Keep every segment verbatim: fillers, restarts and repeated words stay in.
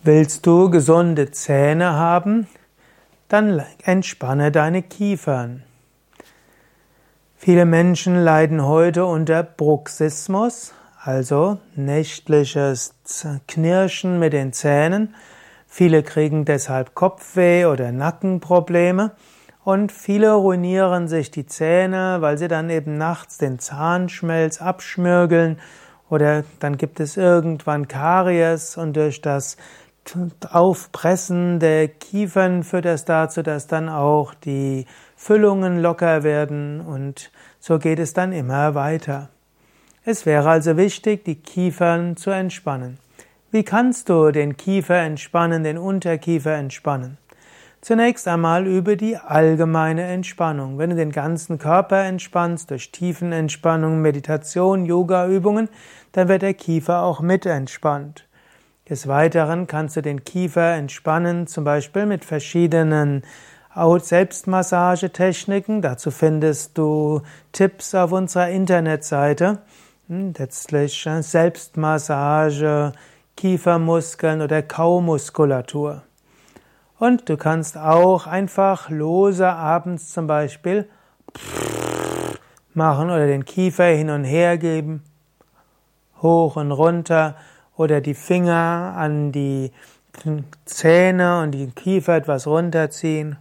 Willst du gesunde Zähne haben? Dann entspanne deine Kiefern. Viele Menschen leiden heute unter Bruxismus, also nächtliches Knirschen mit den Zähnen. Viele kriegen deshalb Kopfweh oder Nackenprobleme und viele ruinieren sich die Zähne, weil sie dann eben nachts den Zahnschmelz abschmirgeln oder dann gibt es irgendwann Karies und durch das Aufpressen der Kiefern führt das dazu, dass dann auch die Füllungen locker werden und so geht es dann immer weiter. Es wäre also wichtig, die Kiefern zu entspannen. Wie kannst du den Kiefer entspannen, den Unterkiefer entspannen? Zunächst einmal über die allgemeine Entspannung. Wenn du den ganzen Körper entspannst, durch Tiefenentspannung, Meditation, Yoga-Übungen, dann wird der Kiefer auch mit entspannt. Des Weiteren kannst du den Kiefer entspannen, zum Beispiel mit verschiedenen Selbstmassagetechniken. Dazu findest du Tipps auf unserer Internetseite. Letztlich Selbstmassage, Kiefermuskeln oder Kaumuskulatur. Und du kannst auch einfach lose abends zum Beispiel machen oder den Kiefer hin und her geben, hoch und runter oder die Finger an die Zähne und den Kiefer etwas runterziehen.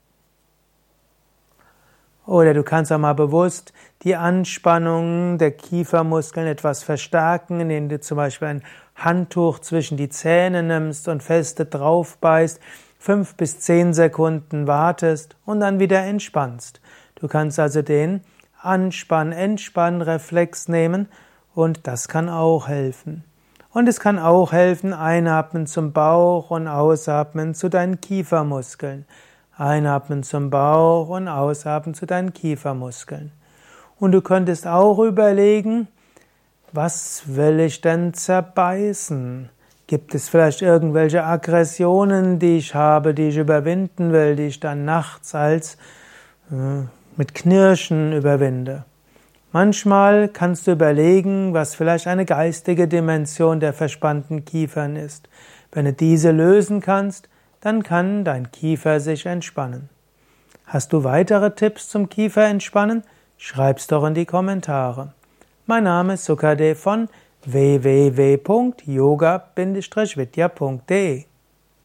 Oder du kannst auch mal bewusst die Anspannung der Kiefermuskeln etwas verstärken, indem du zum Beispiel ein Handtuch zwischen die Zähne nimmst und feste drauf beißt, fünf bis zehn Sekunden wartest und dann wieder entspannst. Du kannst also den Anspann-Entspann-Reflex nehmen und das kann auch helfen. Und es kann auch helfen, einatmen zum Bauch und ausatmen zu deinen Kiefermuskeln. Einatmen zum Bauch und ausatmen zu deinen Kiefermuskeln. Und du könntest auch überlegen, was will ich denn zerbeißen? Gibt es vielleicht irgendwelche Aggressionen, die ich habe, die ich überwinden will, die ich dann nachts als äh, mit Knirschen überwinde? Manchmal kannst du überlegen, was vielleicht eine geistige Dimension der verspannten Kiefern ist. Wenn du diese lösen kannst, dann kann dein Kiefer sich entspannen. Hast du weitere Tipps zum Kiefer entspannen? Schreib's doch in die Kommentare. Mein Name ist Sukadev von w w w punkt yoga Bindestrich vidya punkt de